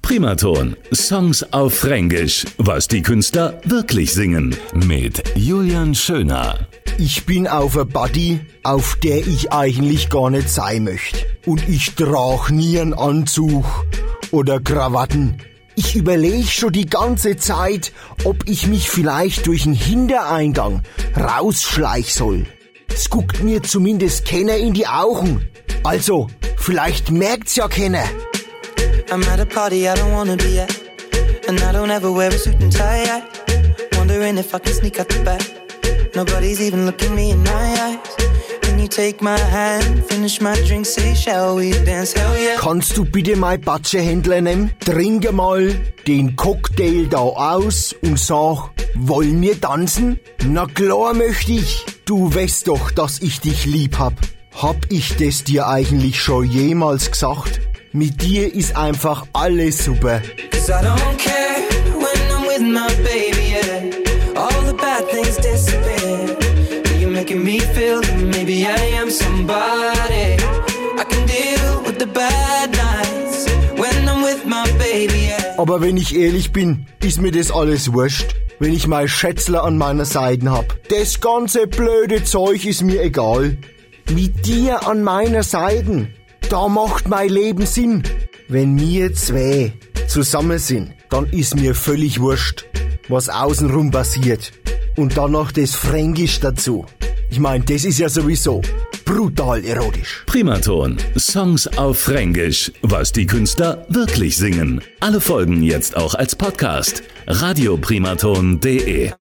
Primaton. Songs auf Fränkisch. Was die Künstler wirklich singen. Mit Julian Schöner. Ich bin auf eine Party, auf der ich eigentlich gar nicht sein möchte. Und ich trage nie einen Anzug oder Krawatten. Ich überlege schon die ganze Zeit, ob ich mich vielleicht durch den Hintereingang rausschleich soll. Es guckt mir zumindest keiner in die Augen. Also, vielleicht merkt's ja keiner. I'm at a party I don't wanna be at, and I don't ever wear a suit and tie yet. Wondering if I can sneak out the back. Nobody's even looking me in my eyes. Can you take my hand, finish my drink, say shall we dance, hell yeah. Kannst du bitte mein Batschehändler nehmen? Trinke mal den Cocktail da aus und sag, wollen wir tanzen? Na klar möchte ich. Du weißt doch, dass ich dich lieb hab. Hab ich das dir eigentlich schon jemals gesagt? Mit dir ist einfach alles super. 'Cause I don't care when I'm with my baby, yeah. All the bad things disappear. You're making me feel that maybe I am somebody. I can deal with the bad nights when I'm with my baby, yeah. Aber wenn ich ehrlich bin, ist mir das alles wurscht. Wenn ich mein Schätzler an meiner Seite hab. Das ganze blöde Zeug ist mir egal. Mit dir an meiner Seite, da macht mein Leben Sinn. Wenn wir zwei zusammen sind, dann ist mir völlig wurscht, was außenrum passiert. Und dann noch das Fränkisch dazu. Ich mein, das ist ja sowieso brutal erotisch. Primaton. Songs auf Fränkisch. Was die Künstler wirklich singen. Alle Folgen jetzt auch als Podcast. radioprimaton.de